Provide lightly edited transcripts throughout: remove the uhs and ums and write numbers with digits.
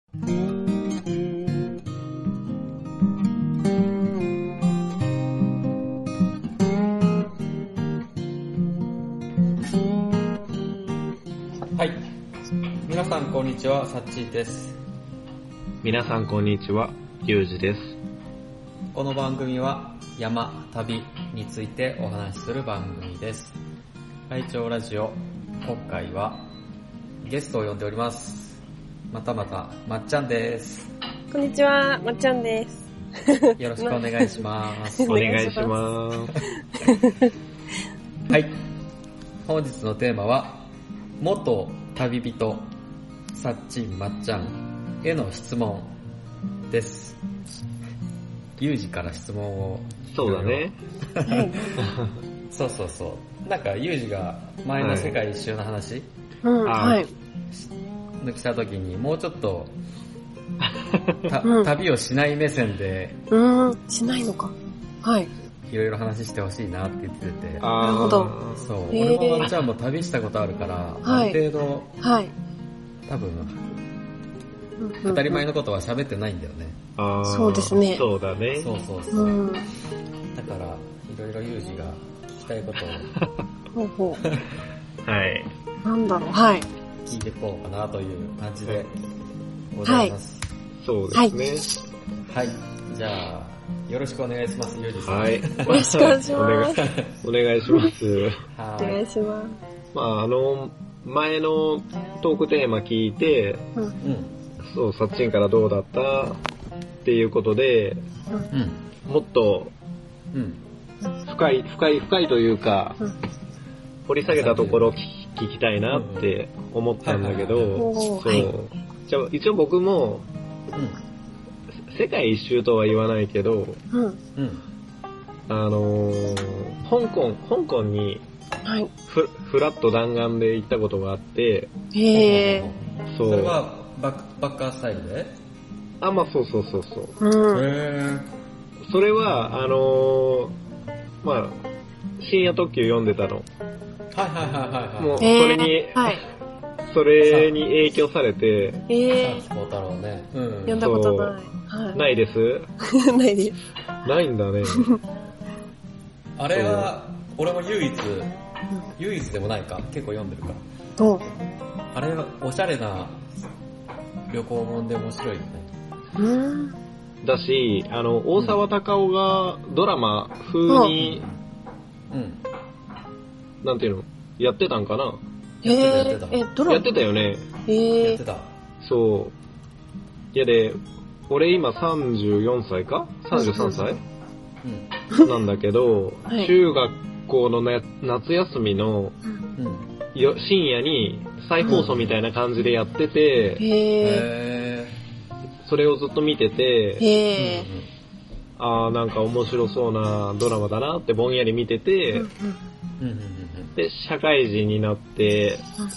はい。皆さんこんにちは、さっちーです。 皆さんこんにちは、ゆうじです。 この番組は山、旅についてお話しする番組です。会長ラジオ、今回はゲストを呼んでおります。またまっちゃんです。 こんにちは、まっちゃんです。 よろしくお願いします。 お願いします。 はい。本日のテーマは、元旅人、さっちんまっちゃんへの質問です。ゆうじから質問を。 そうだね。 そう。なんかゆうじが前の世界一周の話、 はい。 抜きた時にもうちょっと旅をしない目線でしないのか。はい。 いろいろ話してほしいなって言ってて。 なるほど。 そう。俺もまっちゃんも旅したことあるから、ある程度、多分、当たり前のことは喋ってないんだよね。 そうですね。 そうだね。 そう。だから、いろいろゆうじが聞きたいことを。 はい。 なんだろう、はい。 聞いていこうかなという感じでございます。 そうですね。 はい。じゃあ、よろしくお願いします、ゆうじさん。 はい。 よろしくお願いします。 お願いします。 お願いします。 前のトークテーマ聞いて、そう、さっちんからどうだったっていうことで、もっと、深いというか、掘り下げたところ聞きたいなって思ったんだけど、そう。じゃあ一応僕も、世界一周とは言わないけど、香港にフラッと弾丸で行ったことがあって、 そう。それはバッカースタイルで？ そう。それは深夜特急読んでたの。もうそれに影響されて。 孝太郎ね。 読んだことない。 ないです？ ないです。 ないんだね。 あれは、俺も唯一でもないか。結構読んでるから。あれはおしゃれな旅行もんで面白いよね。 だし、大沢たかおがドラマ風に、なんていうの、やってたんかな？ やってた。 やってたよね。 やってた。 そう。いやで、俺今34歳か ?33 歳、なんだけど、中学校の夏休みの深夜に再放送みたいな感じでやってて、それをずっと見てて、なんか面白そうなドラマだなってぼんやり見てて、で、社会人になって、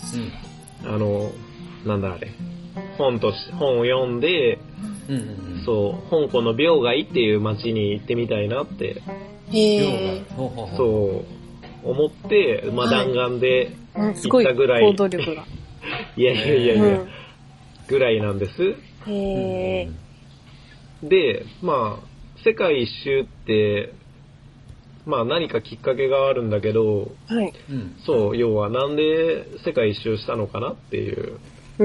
なんだあれ、本を読んで、そう、香港の廟街っていう街に行ってみたいなって、そう、思って、弾丸で行ったぐらい。 行動力が。 いや、ぐらいなんです。で、世界一周って、何かきっかけがあるんだけど、そう、要はなんで世界一周したのかなっていう。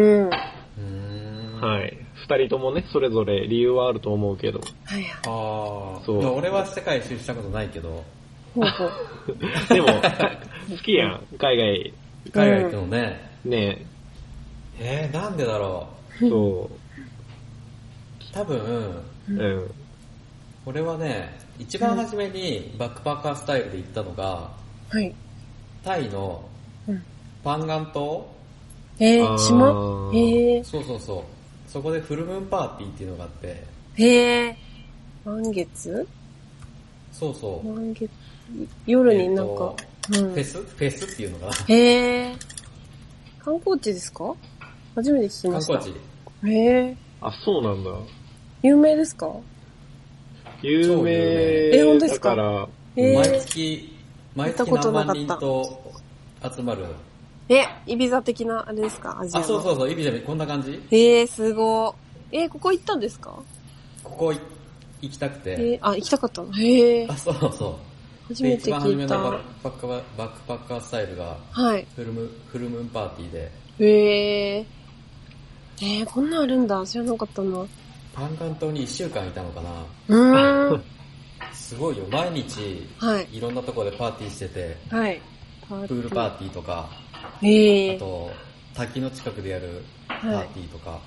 はい。二人ともね、それぞれ理由はあると思うけど。 そう。俺は世界一周したことないけど。 でも、好きやん、海外行くのね。 ねえ。なんでだろう。そう。 多分、俺はね、一番初めにバックパッカースタイルで行ったのが、タイのパンガン島？ 島？ そう。そこでフルムーンパーティーっていうのがあって。 満月？ そう。 満月。夜になんか、 フェスっていうのかな。 観光地ですか？初めて聞きました。 観光地。 そうなんだ。 有名ですか？ 有名。 本当ですか？ だから、 毎月何万人と集まる。 イビザ的な、あれですか？アジアの。 そう、イビザこんな感じ？ すごここ行ったんですか？ ここ行きたくて。 行きたかったの？へー。 あ、そうそう。 初めて聞いた。 一番初めのバックパッカースタイルが、 はい。 フルムーンパーティーで。 へー。こんなんあるんだ。知らなかったな。 パンガン島に1週間いたのかな。すごいよ。毎日、いろんなところでパーティーしてて、 はい。 プールパーティーとか、 あと、滝の近くでやるパーティーとか。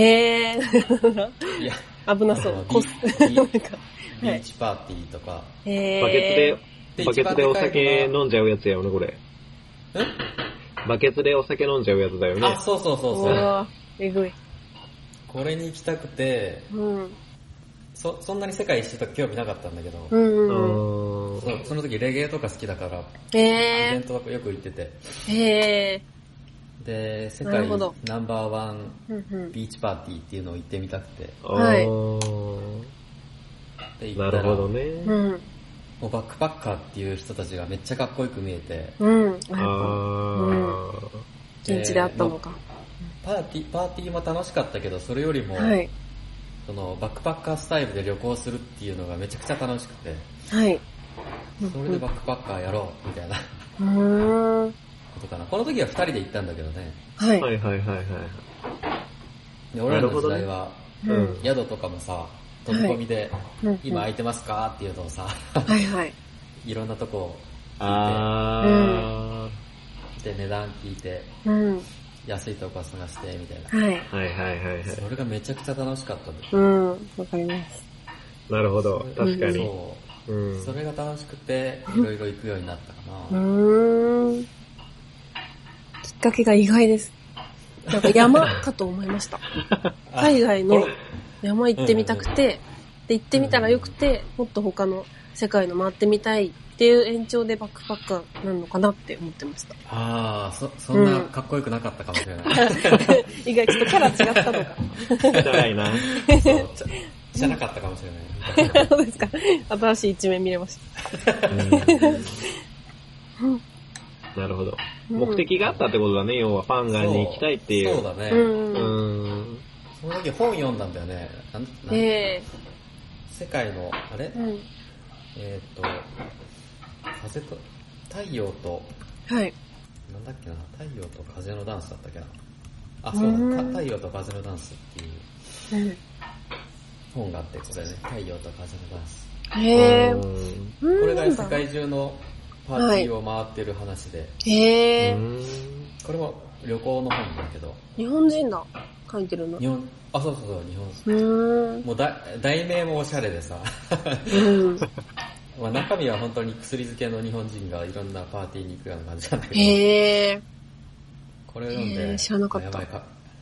いや、危なそう。 ビーチパーティーとか。 バケツでお酒飲んじゃうやつやよね、これ。バケツでお酒飲んじゃうやつだよね。 あ、そう。 えぐい。 これに行きたくて、そんなに世界一周とか興味なかったんだけど、その時レゲエとか好きだから、イベントはよく行ってて、で、世界ナンバーワンビーチパーティーっていうのを行ってみたくて、で行ったら、 なるほどね。 もうバックパッカーっていう人たちがめっちゃかっこよく見えて、 現地であったのか。 パーティーも楽しかったけど、それよりも、そのバックパッカースタイルで旅行するっていうのがめちゃくちゃ楽しくて、それでバックパッカーやろうみたいなことかな。この時は2人で行ったんだけどね。で俺らの時代は、宿とかもさ、飛び込みで、今空いてますかっていうのをさ、いろんなとこ行って、で値段聞いて、安いとこ探してみたいな。それがめちゃくちゃ楽しかったんです。 わかります。 なるほど、確かに。 そう。それが楽しくて、いろいろ行くようになったかな。 きっかけが意外です。なんか山かと思いました。海外の山行ってみたくて、で行ってみたらよくて、もっと他の世界の回ってみたいっていう延長でバックパッカーなのかなって思ってました。 そんなかっこよくなかったかもしれない。 意外ちょっとキャラ違ったのか。 じゃないな。 じゃなかったかもしれない。 そうですか。新しい一面見れました。 なるほど。目的があったってことだね、要はパンガンに行きたいっていう。 そうだね。その時本読んだんだよね。世界の、あれ風と、太陽と、なんだっけな、太陽と風のダンスだったっけな。あ、そうだ、太陽と風のダンスっていう本があって、これね、太陽と風のダンス。これが世界中のパーティーを回ってる話で。これも旅行の本だけど。 日本人だ。書いてるの。 そう、日本。もう題名もおしゃれでさ。まあ中身は本当に薬漬けの日本人がいろんなパーティーに行くような感じなんだけど。これを読んで、 知らなかった。 やばいか。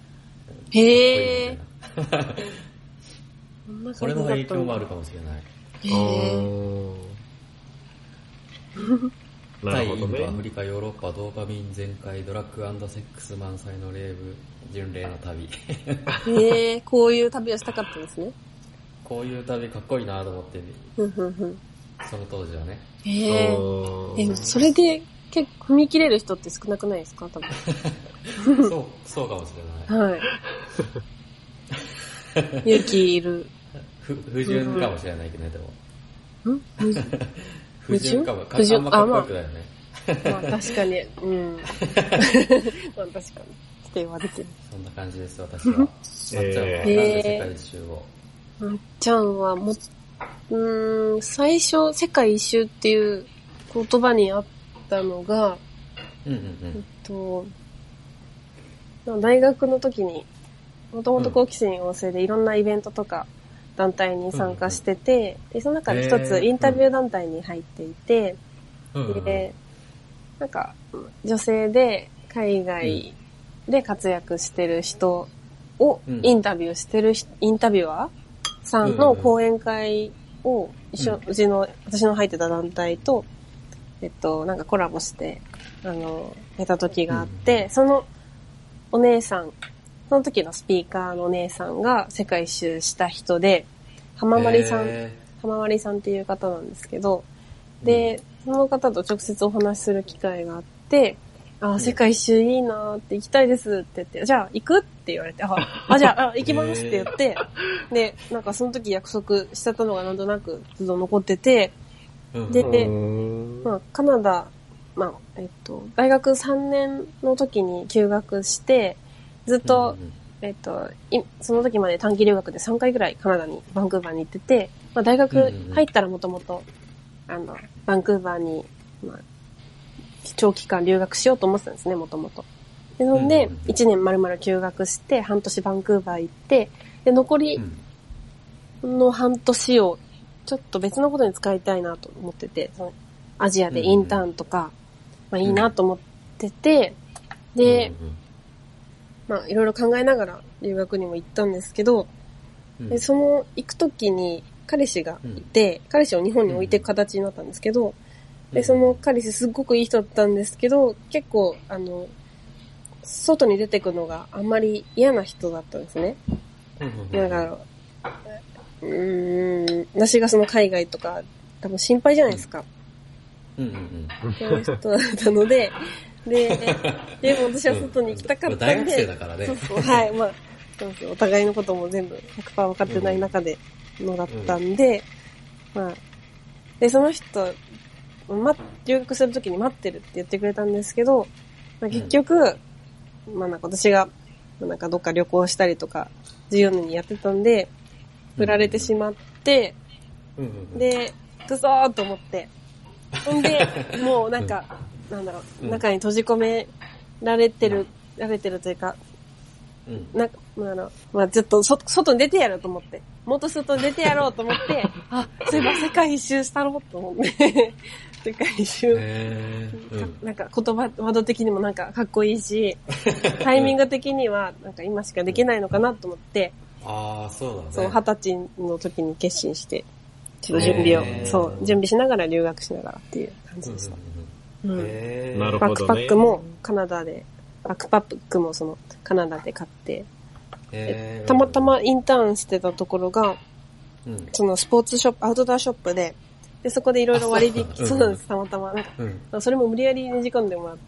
これの影響もあるかもしれない。タイ、インド、アフリカ、ヨーロッパ、ドーパミン全開、ドラッグ&セックス満載のレーブ、巡礼の旅。 こういう旅をしたかったですね。 こういう旅かっこいいなと思って、その当時はね。 それで結構踏み切れる人って少なくないですか？多分。 そうかもしれない。 勇気いる。 不純かもしれないけどね、でも。不純かも。あんまかっこよくないよね。 まあ確かに。まあ確かに。否定はできる。 そんな感じです、私は。まっちゃんは、なんで世界一周を。 まっちゃんは最初、世界一周っていう言葉にあったのが、大学の時に、もともと好奇心旺盛でいろんなイベントとか団体に参加してて、でその中で一つインタビュー団体に入っていて、で、なんか女性で海外で活躍してる人をインタビューしてるインタビュアーさんの講演会を私の入ってた団体と、なんかコラボして、やった時があって、そのお姉さん、その時のスピーカーのお姉さんが世界一周した人で、浜まりさんっていう方なんですけど、で、その方と直接お話しする機会があって、 世界一周いいなーって行きたいですって言って、じゃあ行くって言われて、じゃあ行きますって言って、で、なんかその時約束しちゃったのがなんとなくずっと残ってて、で、まあ、カナダ、まあ、大学3年の時に休学して、ずっと、その時まで短期留学で3回ぐらいカナダに、バンクーバーに行ってて、まあ大学入ったらもともと、バンクーバーに、まあ、長期間留学しようと思ってたんですね、もともと。で、そんで、1年丸々休学して、半年バンクーバー行って、で、残りの半年を、ちょっと別のことに使いたいなと思ってて、そのアジアでインターンとか、まあいいなと思ってて、で、まあいろいろ考えながら留学にも行ったんですけど、でその行くときに彼氏がいて、彼氏を日本に置いていく形になったんですけど、で、その彼氏すっごくいい人だったんですけど、結構、外に出てくのがあんまり嫌な人だったんですね。だから、私がその海外とか、多分心配じゃないですか。そういう人だったので、でも私は外に行きたかったんで。 大学生だからね。 そう、はい、まあ、そうそう、お互いのことも全部 100% 分かってない中でのだったんで、まあ、で、その人、留学するときに待ってるって言ってくれたんですけど、まあ、結局、まあなんか私が、なんかどっか旅行したりとか、14年にやってたんで、振られてしまって、で、くそーと思って、ほんで、もうなんか、なんだろう、中に閉じ込められてるというか、なんか、まあちょっと外に出てやろうと思って、もっと外に出てやろうと思って、そういえば世界一周したろうと思って、世界一周、なんか言葉、ワード的にもなんかかっこいいし、タイミング的にはなんか今しかできないのかなと思って、 そうだね。 そう、20歳の時に決心して、ちょっと準備しながら留学しながらっていう感じでした。 なるほどね。 バックパックもカナダで、バックパックもそのカナダで買って、たまたまインターンしてたところが、そのスポーツショップ、アウトドアショップで、そこでいろいろ割引、そうなんです、たまたま。なんか、それも無理やりねじ込んでもらって、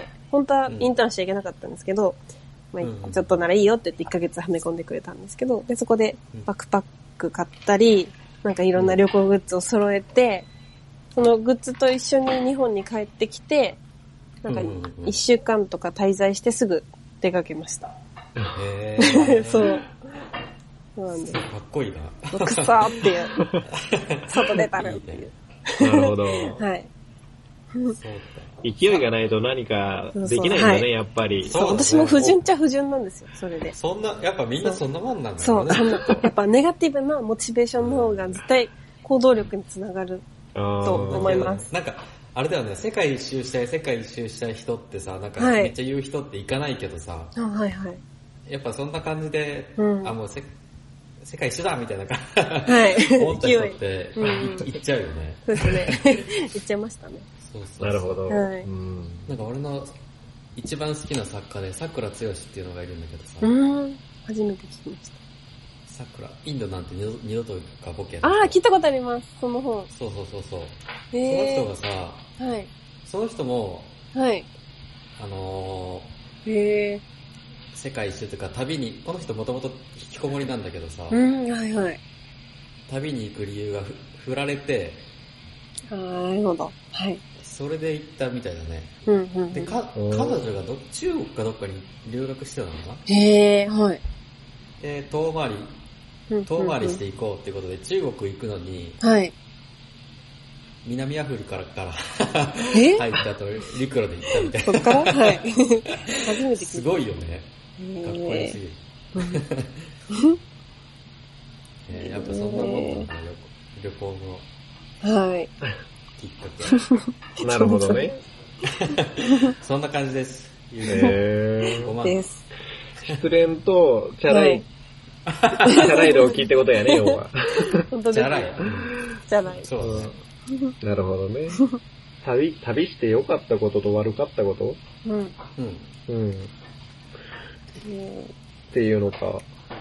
本当はインターンしちゃいけなかったんですけど、まあ、ちょっとならいいよって言って1ヶ月はめ込んでくれたんですけど、で、そこでバックパック買ったり、なんかいろんな旅行グッズを揃えて、そのグッズと一緒に日本に帰ってきて、なんか1週間とか滞在してすぐ出かけました。そう。そうなんです。 かっこいいな。 くそーっていう。外出たるっていう。 なるほど。 はい。 勢いがないと何かできないんだね、やっぱり。 そう、私も不純っちゃ不純なんですよ、それで。 そんな、やっぱみんなそんなもんなんだよね。そう、やっぱネガティブなモチベーションの方が絶対行動力につながると思います。 なんか、あれだよね、世界一周したい人ってさ、なんかめっちゃ言う人って行かないけどさ、 はいはい。 やっぱそんな感じで、もう世界一周だみたいなはい。 思った人って行っちゃうよね。 そうですね。行っちゃいましたね。 なるほど。 はい。 なんか俺の一番好きな作家で桜剛っていうのがいるんだけどさ。 初めて聞きました。 桜、インドなんて二度とかボケや聞いたことあります、その本。 そう。その人がさ、 はい。 その人も、 はい。 世界一周というか旅に、この人もともと引きこもりなんだけどさ、 はいはい。 旅に行く理由が振られて、 なるほど。はい。 それで行ったみたいだね。で、彼女が中国かどっかに留学してたのかな？ はい。 で、遠回りしていこうっていうことで中国行くのに、 はい。 南アフリカから入ったと陸路で行ったみたいな。 そっからはい。初めて聞いた。 すごいよね。かっこよすぎる。やっぱそんなもんなんだよ、旅行の。 はい。 きっかけ。 なるほどね。 そんな感じです。 です。 失恋とチャラい動機ってことやね、要は。 本当です。 チャラい。 チャラい。 そうだね。 なるほどね。旅して良かったことと悪かったこと？っていうのか。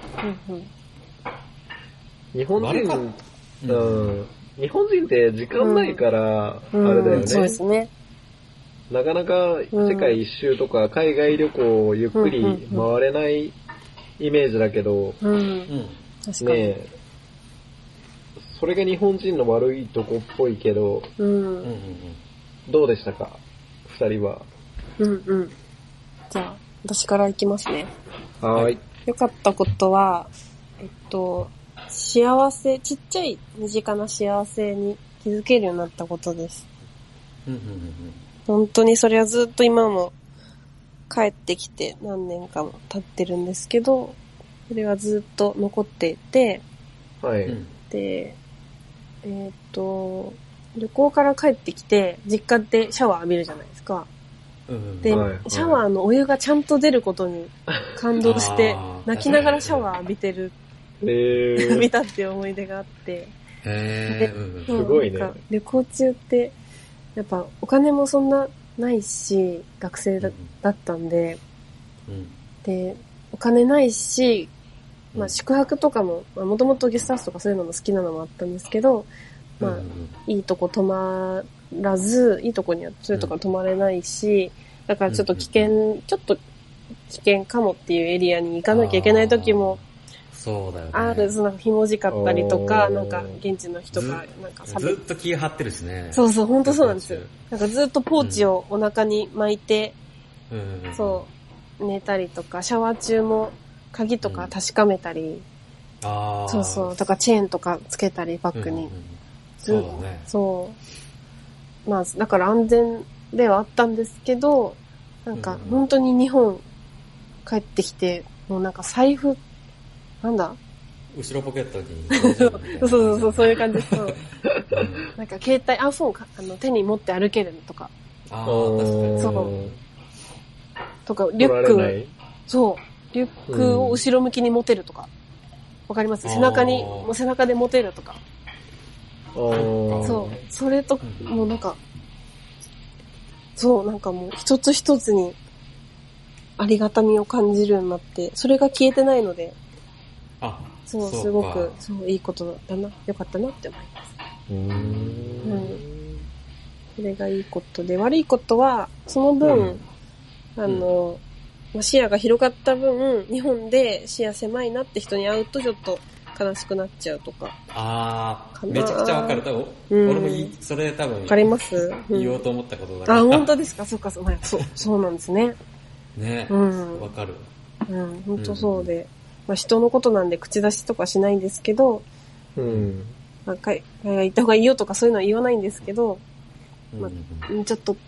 日本人って時間ないから、あれだよね。 そうですね。 なかなか世界一周とか海外旅行をゆっくり回れないイメージだけど、 確かに。 ね、それが日本人の悪いとこっぽいけど、どうでしたか二人は。 じゃあ、私からいきますね。 はい。 良かったことは、幸せ、ちっちゃい身近な幸せに気づけるようになったことです。本当にそれはずっと今も帰ってきて何年かも経ってるんですけど、それはずっと残っていて、 はい。 で、旅行から帰ってきて、実家でシャワー浴びるじゃないですか。で、シャワーのお湯がちゃんと出ることに感動して、泣きながらシャワー浴びてる、浴びたっていう思い出があって、 すごいね。 旅行中って、やっぱお金もそんなないし、学生だったんで、で、お金ないし、まあ宿泊とかも、もともとゲストハウスとかそういうのも好きなのもあったんですけど、まあ、いいとこ泊まらず、いいとこにはそういうとこ泊まれないし、だからちょっと危険かもっていうエリアに行かなきゃいけない時も、 そうだよね。 ある、なんかひもじかったりとか、なんか現地の人がなんかずっと気張ってるしね。 そうそう、ほんとそうなんですよ。なんかずっとポーチをお腹に巻いて、そう、寝たりとか、シャワー中も鍵とか確かめたり、そうそう、とかチェーンとかつけたりバッグに。 そうだね。 そう。まあ、だから安全ではあったんですけど、なんか本当に日本帰ってきて、もうなんか財布、なんだ後ろポケットに。 そういう感じです。なんか携帯、iPhone 手に持って歩けるとか。 確かに。 そう。とか、リュック、そう。リュックを後ろ向きに持てるとか。わかります？背中で持てるとか。そう。それと、もうなんか、そう、なんかもう一つ一つにありがたみを感じるようになって、それが消えてないので、そう、すごく、そう、いいことだな、よかったなって思います。それがいいことで、悪いことは、その分、視野が広がった分、日本で視野狭いなって人に会うとちょっと悲しくなっちゃうとか。 めちゃくちゃわかる。俺もそれ多分、 わかります？ 言おうと思ったことだから。 本当ですか？そうか、そうなんですね。 ね、わかる。 本当そうで。まあ人のことなんで口出しとかしないんですけど、まあ、海外行った方がいいよとかそういうのは言わないんですけど、まあ、ちょっと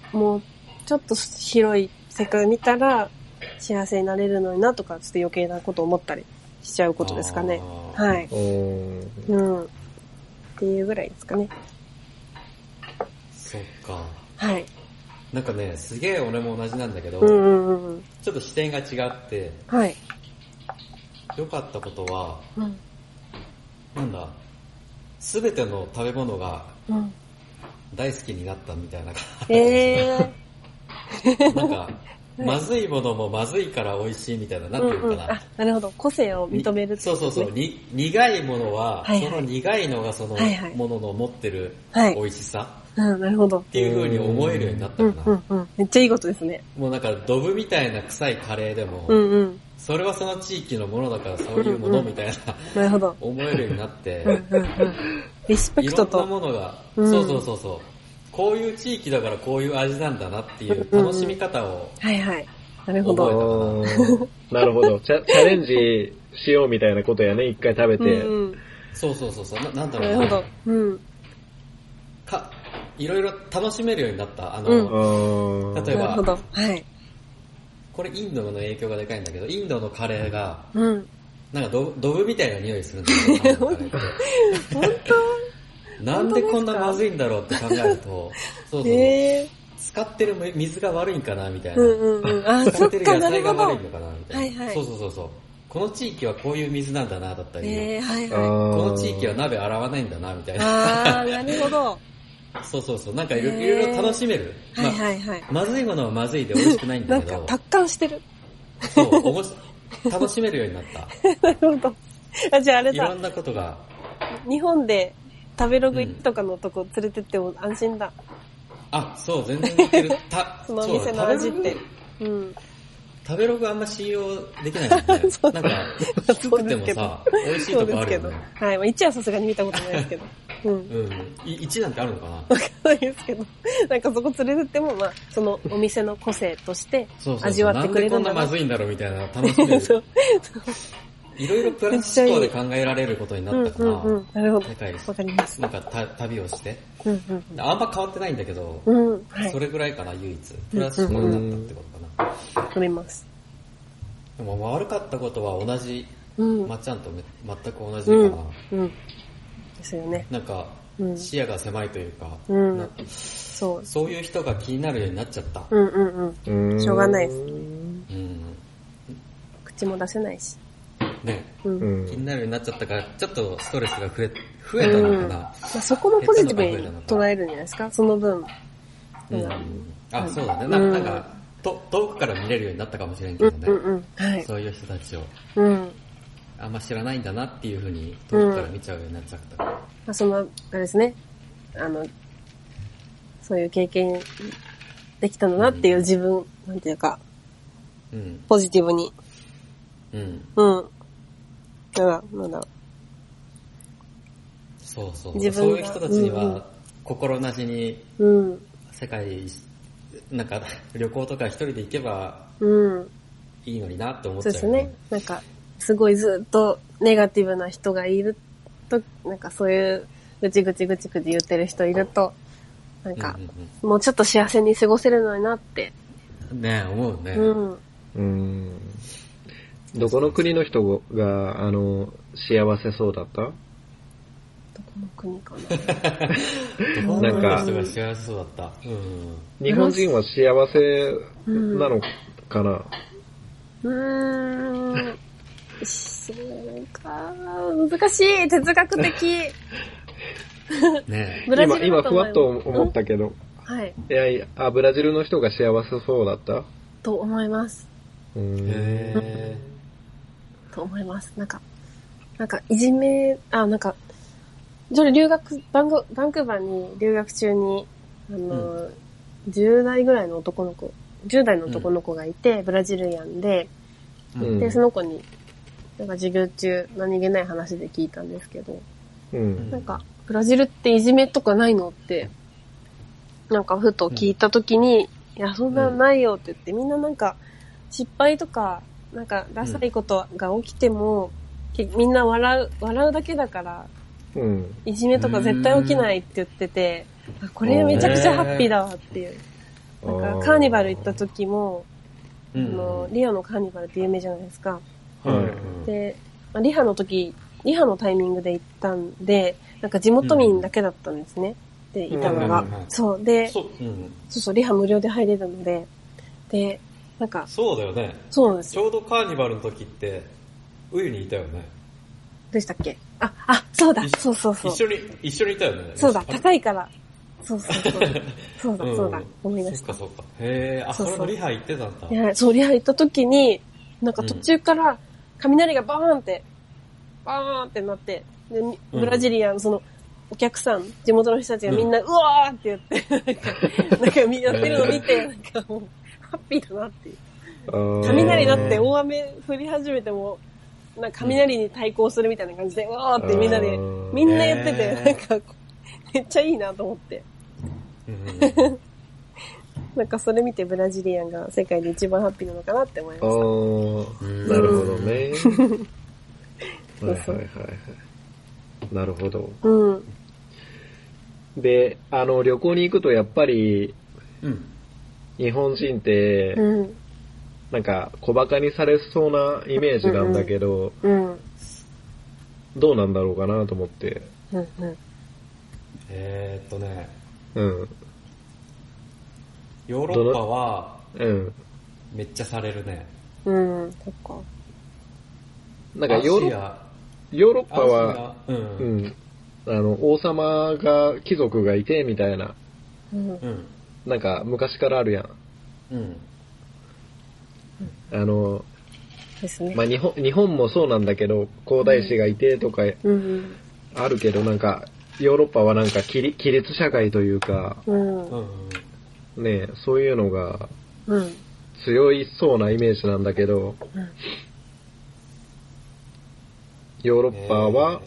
広い世界を見たら幸せになれるのになとか、ちょっと余計なことを思ったりしちゃうことですかね。はい。っていうぐらいですかね。 そっか。 はい。 なんかね、すげえ俺も同じなんだけど、ちょっと視点が違って、 はい。 良かったことは、なんだ、すべての食べ物が大好きになったみたいな感じ。なんか、まずいものもまずいから美味しいみたいな、なんていうかな。 なるほど。個性を認めるってことですね。 そう。苦いものは、その苦いのがそのものの持ってる美味しさ。 なるほど。 っていう風に思えるようになったかな。 めっちゃいいことですね。 もうなんかドブみたいな臭いカレーでも、それはその地域のものだからそういうものみたいな、 なるほど。 思えるようになって、 リスペクトと。 いろんなものが、そう。こういう地域だからこういう味なんだなっていう楽しみ方を、 なるほど。 なるほど。チャレンジしようみたいなことやね、一回食べて。 そう。なんだろうな。 なるほど。 いろいろ楽しめるようになった。例えば、 なるほど。はい。 これインドの影響がでかいんだけど、インドのカレーが、なんかドブみたいな匂いするんだよね。 本当？なんでこんなまずいんだろうって考えると、そう。使ってる水が悪いんかなみたいな。使ってる野菜が悪いのかなみたいな。そう。この地域はこういう水なんだなだったり、この地域は鍋洗わないんだなみたいな。 なるほど。 そう。なんかいろいろ楽しめる。まずいものはまずいで美味しくないんだけど。 なんか達観してる。 そう、楽しめるようになった。 なるほど。じゃああれだ。 いろんなことが。 日本で食べログとかのとこ連れてっても安心だ。 あ、そう、全然似てる。 そのお店の味って。 食べログあんま信用できないもんね。なんか、作ってもさ、美味しいとこあるよね。 はい、1はさすがに見たことないですけど。 1なんてあるのかな？ わかんないですけど。なんかそこ連れてっても、まあ、そのお店の個性として味わってくれるんだな。 なんでこんなまずいんだろうみたいな楽しめる。いろいろプラス思考で考えられることになったから、 なるほど。わかります。 なんか旅をして、あんま変わってないんだけど、それぐらいかな、唯一。プラス思考になったってことかな。 わかります。 でも悪かったことは同じ、まっちゃんと全く同じかな。 ですよね。 なんか、視野が狭いというか、そういう人が気になるようになっちゃった。 しょうがないです。口も出せないし。 ね、気になるようになっちゃったから、ちょっとストレスが増えたのかな。 そこもポジティブに捉えるんじゃないですか、その分。 あ、そうだね。なんか、遠くから見れるようになったかもしれんけどね。そういう人たちを。あんま知らないんだなっていう風に遠くから見ちゃうようになっちゃったから。 その、あれですね。そういう経験できたんだなっていう自分、なんていうか、ポジティブに。なんだろう。 そう。そういう人たちには、心なしに、世界、なんか、旅行とか一人で行けば、いいのになって思っちゃう、ね。 そうですね。なんか、すごいずっとネガティブな人がいると、なんかそういうぐちぐち言ってる人いると、なんか、もうちょっと幸せに過ごせるのになって。 ねえ、思うね。 どこの国の人が、幸せそうだった？ どこの国かな。どこの人が幸せそうだった。 日本人は幸せなのかな？ そうか、難しい、哲学的。 ね今ふわっと思ったけど。 はい。 ブラジルの人が幸せそうだったと思います。と思います。なんか、いじめ、なんか、バンクーバーに留学中に、10代ぐらいの男の子、10代の男の子がいて、ブラジルヤンで、で、その子に、なんか授業中何気ない話で聞いたんですけど、なんか、ブラジルっていじめとかないのって、なんかふと聞いたときに、いや、そんなないよって言って、みんななんか、失敗とか、なんか、ダサいことが起きても、みんな笑うだけだから、いじめとか絶対起きないって言ってて、これめちゃくちゃハッピーだわっていう。なんか、カーニバル行った時も、リオのカーニバルって有名じゃないですか。で、リハのタイミングで行ったんで、なんか地元民だけだったんですね。で、いたのが。そう。で、そう、リハ無料で入れるので、で、なんか。 そうだよね。 そうなんです。 ちょうどカーニバルの時って、ウユにいたよね。 どうでしたっけ？そうだ。そう。 一緒にいたよね。 そうだ、高いから。そう。そうだ。思い出した。 そうか。へぇ、それもリハ行ってたんだ。 いや、そう、リハ行った時に、なんか途中から雷がバーンってなって、で、ブラジリアン、その、お客さん、地元の人たちがみんな、うわーって言って、なんかやってるの見て、なんかもう、ハッピーだなっていう。雷だって大雨降り始めても、なんか雷に対抗するみたいな感じで、うわーってみんな言ってて、なんか、めっちゃいいなと思って。なんかそれ見てブラジリアンが世界で一番ハッピーなのかなって思いました。 なるほどね。はい。なるほど。で、旅行に行くとやっぱり、日本人って、なんか小馬鹿にされそうなイメージなんだけど、どうなんだろうかなと思って。 ヨーロッパは、めっちゃされるね。 そっか。 なんかヨーロッパは、王様が、貴族がいて、みたいな。なんか昔からあるやん。 ですね。 まあ日本もそうなんだけど、皇太子がいてとか、あるけど、なんか、 ヨーロッパはなんか規律社会というか、ね、そういうのが強いそうなイメージなんだけど、ヨーロッパは、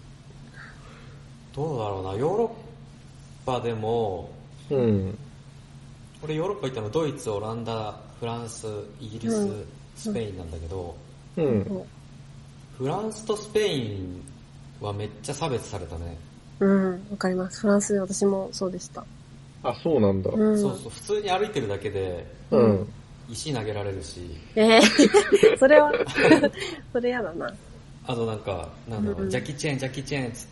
どうだろうな、ヨーロッパでも、俺ヨーロッパ行ったのドイツ、オランダ、フランス、イギリス、スペインなんだけど、フランスとスペインはめっちゃ差別されたね。 わかります。フランスで私もそうでした。 あ、そうなんだ。 そうそう、普通に歩いてるだけで、石投げられるし。 それは、それやだな。 あとなんか、ジャッキーチェーンっつって、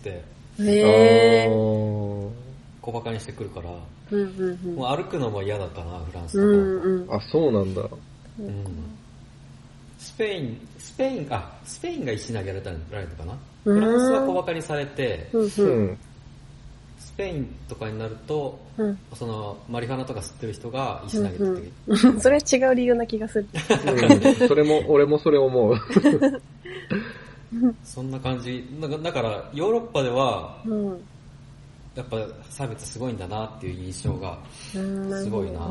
小馬鹿にしてくるから、もう歩くのも嫌だったな、フランスとか。 あ、そうなんだ。 スペインが石投げられたのかな。フランスは小馬鹿にされて、スペインとかになると、そのマリファナとか吸ってる人が石投げてて、 それは違う理由な気がする。 それも、俺もそれ思う。 そんな感じ。だからヨーロッパでは、やっぱ差別すごいんだなっていう印象がすごいな。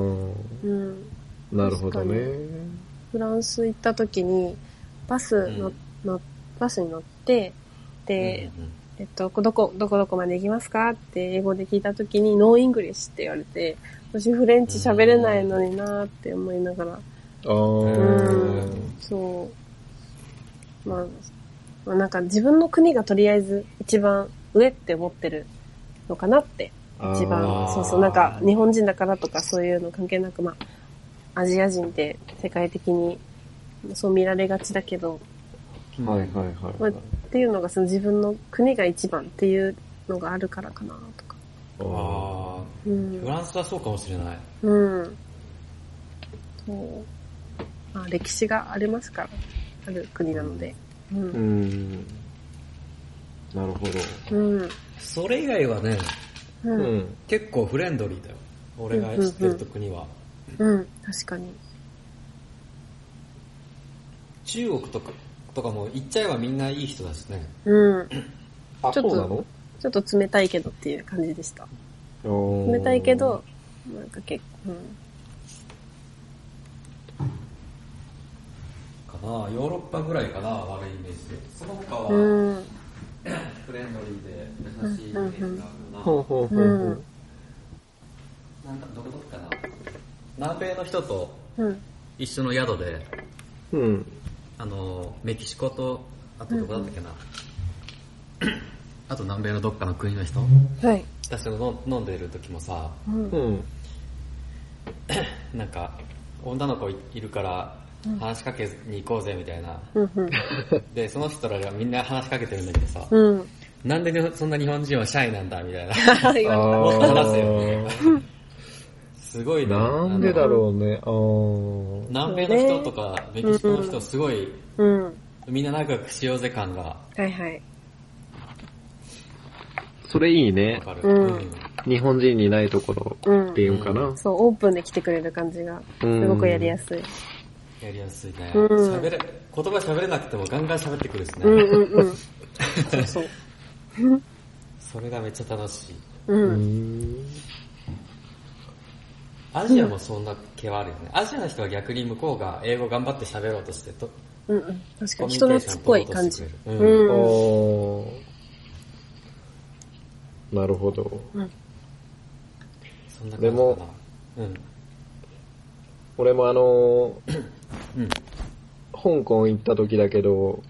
なるほどね。 フランス行った時にバスに乗って、で、どこまで行きますかって英語で聞いた時にノーイングリッシュって言われて、私フレンチ喋れないのになーって思いながら。そう。まあなんか自分の国がとりあえず一番上って思ってるのかなって。一番、そう、なんか日本人だからとかそういうの関係なく、まあ、アジア人って世界的にそう見られがちだけど、まあ、っていうのがその自分の国が一番っていうのがあるからかなとか。 フランスはそうかもしれない。 そう。まあ歴史がありますから、ある国なので。 なるほど。 それ以外はね、結構フレンドリーだよ。俺が知ってる国は。 確かに。 中国とかも行っちゃえばみんないい人だしね。 あ、そうなの？ ちょっと冷たいけどっていう感じでした。冷たいけど、なんか結構、 かな、ヨーロッパぐらいかな、悪いイメージで。その他は、フレンドリーで優しいイメージがあるな。なんかどこかな。南米の人と一緒の宿で、メキシコと、あとどこだったっけな。あと南米のどっかの国の人、私が飲んでる時もさ、なんか女の子いるから話しかけに行こうぜみたいな、でその人らがみんな話しかけてるんだけどさ、なんでそんな日本人はシャイなんだみたいな、もっと話せよすごいね。 なんでだろうね。 南米の人とかメキシコの人すごい、みんな仲良くしようぜ感が。 それいいね。日本人にないところっていうんかな。 そう、オープンで来てくれる感じが、すごくやりやすい。 やりやすいね。言葉喋れなくてもガンガン喋ってくるしね。そうそう。それがめっちゃ楽しい。アジアもそんな気はあるよね。アジアの人は逆に向こうが英語頑張って喋ろうとしてと、 確かに人懐っこい感じ。 なるほど。 そんな感じかな。 でも、俺も香港行った時だけど、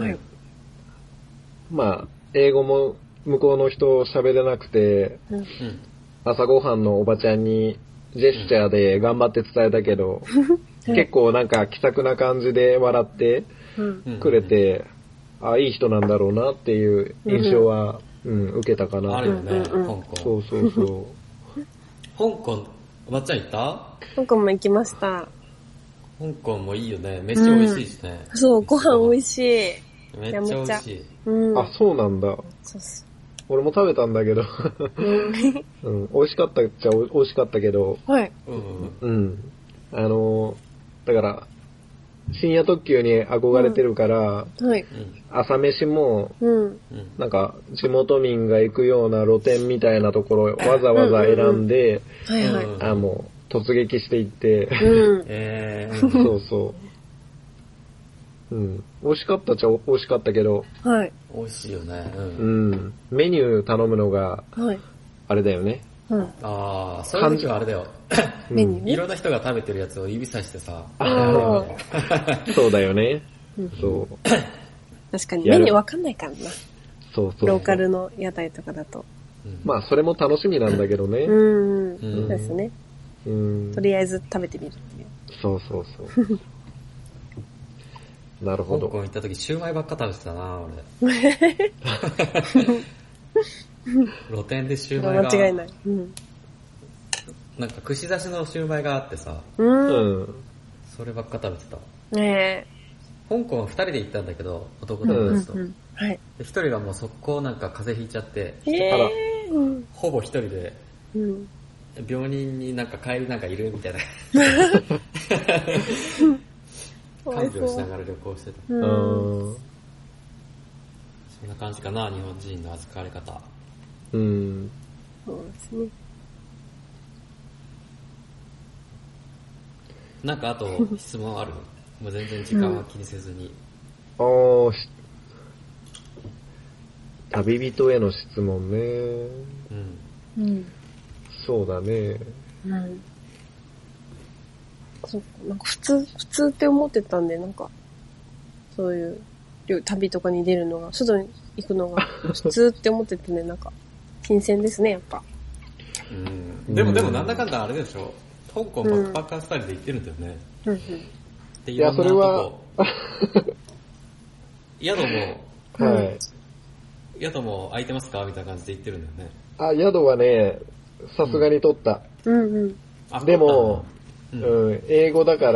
まあ、英語も向こうの人喋れなくて、朝ごはんのおばちゃんにジェスチャーで頑張って伝えたけど、結構なんか気さくな感じで笑ってくれて、あ、いい人なんだろうなっていう印象は、受けたかな。 あるよね、香港。 そうそうそう。 香港、まっちゃん行った？ 香港も行きました。 香港もいいよね。飯美味しいしね。 そう、ご飯美味しい。 めっちゃ美味しい。 あ、そうなんだ。俺も食べたんだけど、美味しかったっちゃ美味しかったけど、だから、 深夜特急に憧れてるから、 はい。 朝飯も、なんか、地元民が行くような露店みたいなところをわざわざ選んで、もう、突撃していって、そうそう。美味しかったっちゃ美味しかったけど、 はい。 美味しいよね。 メニュー頼むのが、あれだよね。 ああ、そういう時はあれだよ。 メニューいろんな人が食べてるやつを指さしてさ。 そうだよね。そう。 確かにメニューわかんないからな。 そうそう。 ローカルの屋台とかだと。 まあ、それも楽しみなんだけどね。 そうですね。とりあえず食べてみるっていう。 そうそうそう。なるほど。 香港行った時、シューマイばっか食べてたな、俺。露店でシューマイが。 間違いない。 なんか串刺しのシューマイがあってさ。そればっか食べてた。香港は2人で行ったんだけど、男友達と。1人がもう速攻なんか風邪ひいちゃって、ほぼ1人で、病人になんか帰りなんかいるみたいな。看病しながら旅行してた。そんな感じかな、日本人の預かり方。 そうですね。 なんかあと質問ある？もう全然時間は気にせずに。 旅人への質問ね。そうだね。 そうなんか普通って思ってたんで、なんか、そういう旅とかに出るのが、外に行くのが普通って思っててね、なんか、新鮮ですね、やっぱ。 でもなんだかんだあれでしょ？香港バックパッカースタイルで行ってるんだよね。 いや、それは、 宿も空いてますかみたいな感じで行ってるんだよね。 宿はね、さすがに取った。でも、英語だから、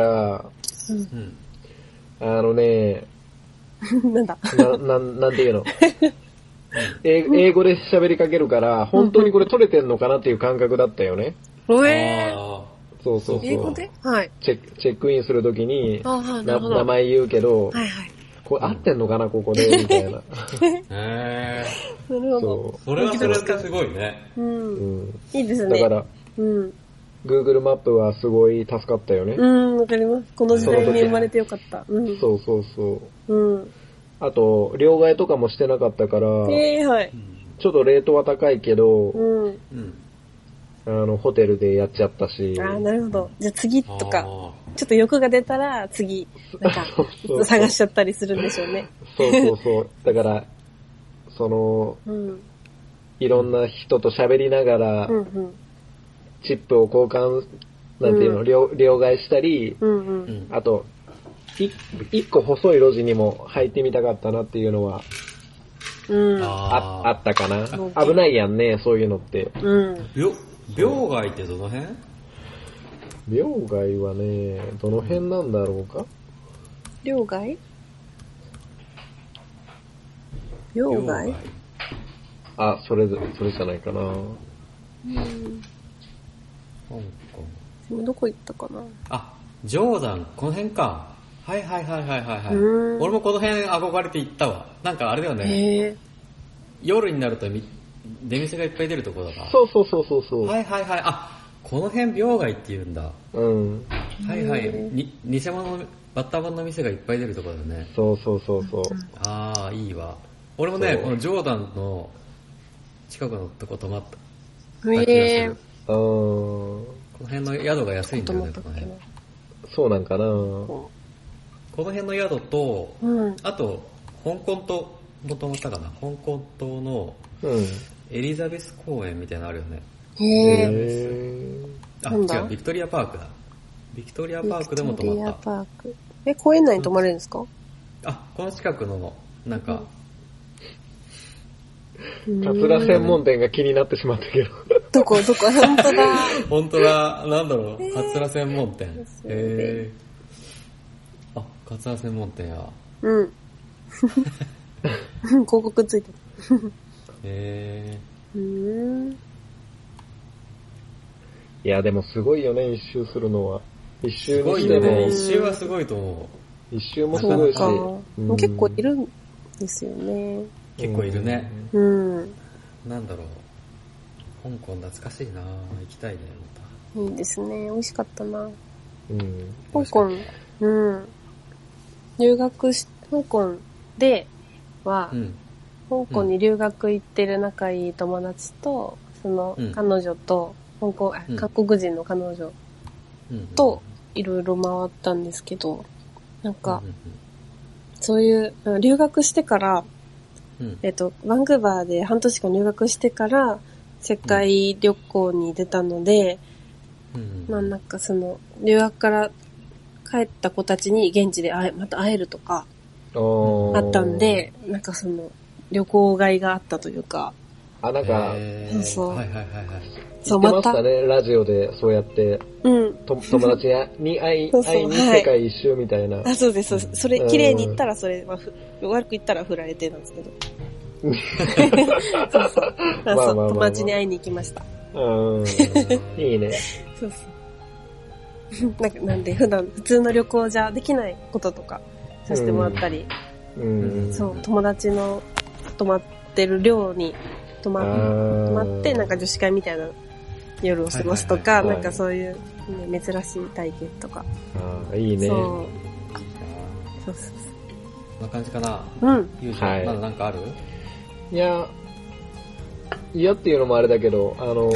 なんだなんていうの英語で喋りかけるから、本当にこれ取れてんのかなっていう感覚だったよね。そうそうそう。 英語ではい。 チェックインするときに、名前言うけど、これ合ってんのかな、ここで、みたいな。 なるほど。 それはそれですごいね。 いいですね。 だから、Google マップはすごい助かったよね。 わかります。この時代に生まれてよかった。 そうそうそう。あと、両替とかもしてなかったから、ちょっとレートは高いけど、ホテルでやっちゃったし。 なるほど。じゃあ次とか、ちょっと欲が出たら次、なんか、探しちゃったりするんでしょうね。 そうそうそう。だから、いろんな人と喋りながら、チップを交換、なんていうの、両替したり、あと、一個細い路地にも入ってみたかったなっていうのは、あったかな。危ないやんね、そういうのって。 両替ってどの辺？ 両替はね、どの辺なんだろうか？ 両替？両替？ それじゃないかな。 香港。 どこ行ったかな？ ジョーダン、この辺か。はい。俺もこの辺憧れて行ったわ。なんかあれだよね。夜になると出店がいっぱい出るところだから。 そう。 はい。この辺両替って言うんだ。はい。偽物の、バッタモンの店がいっぱい出るところだね。 そう。 いいわ。俺もね、このジョーダンの近くのとこ泊まった気がする。この辺の宿が安いんだよね、この辺。 そうなんかな。 この辺の宿と、あと、香港島も泊まったかな。香港島のエリザベス公園みたいなのあるよね。違う、ビクトリアパークだ。ビクトリアパークでも泊まった。ビクトリアパーク。 公園内に泊まれるんですか？ この近くの、なんか、 カツラ専門店が気になってしまったけど。 どこ本当だ、なんだろう、カツラ専門店。カツラ専門店や。 広告ついてる。 いや、でもすごいよね、一周するのは。一周にしても。すごいよね、一周はすごいと思一周もすごいし。 結構いるんですよね。 結構いるね。 うん。 なんだろう。香港懐かしいな。行きたいね、 また。いいですね。美味しかったな。 うん。 香港、うん。香港では、香港に留学行ってる仲いい友達と、その彼女と、韓国人の彼女といろいろ回ったんですけど、なんか、そういう、留学してから、バンクーバーで半年間留学してから、世界旅行に出たので、なんかその、留学から帰った子たちに現地でまた会えるとか、あったんで、なんかその、旅行がいがあったというか。 なんか、 そう。 はいはいはいはい。 そう、またね、ラジオでそうやって、友達に会いに世界一周みたいな。 そうです、そうです。それ、綺麗に言ったらそれ、悪く言ったら振られてなんですけど。そう、友達に会いに行きました。 いいね。 そうそう。なんで普通の旅行じゃできないこととかさせてもらったり、そう、友達の泊まってる寮に泊まって、なんか女子会みたいな夜を過ごすとか、なんかそういう、ね、珍しい体験とか。 いいね。 そう。 こんな感じかな。ゆうじゃん、まだなんかある？ いやっていうのもあれだけど、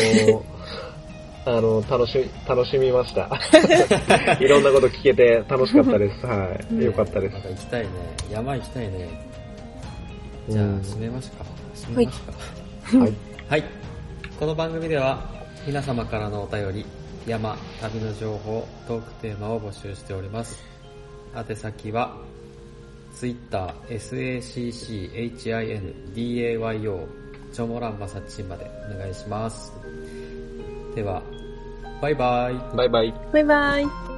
楽しみました。いろんなこと聞けて楽しかったです。はい。よかったです。 なんか行きたいね。山行きたいね。じゃあ、締めますか。はい。はい。この番組では、皆様からのお便り、山、旅の情報、トークテーマを募集しております。宛先は、Twitter、SACCHINDAYO、チョモランマサッチンまでお願いします。では、バイバイ。 バイバイ。 バイバイ。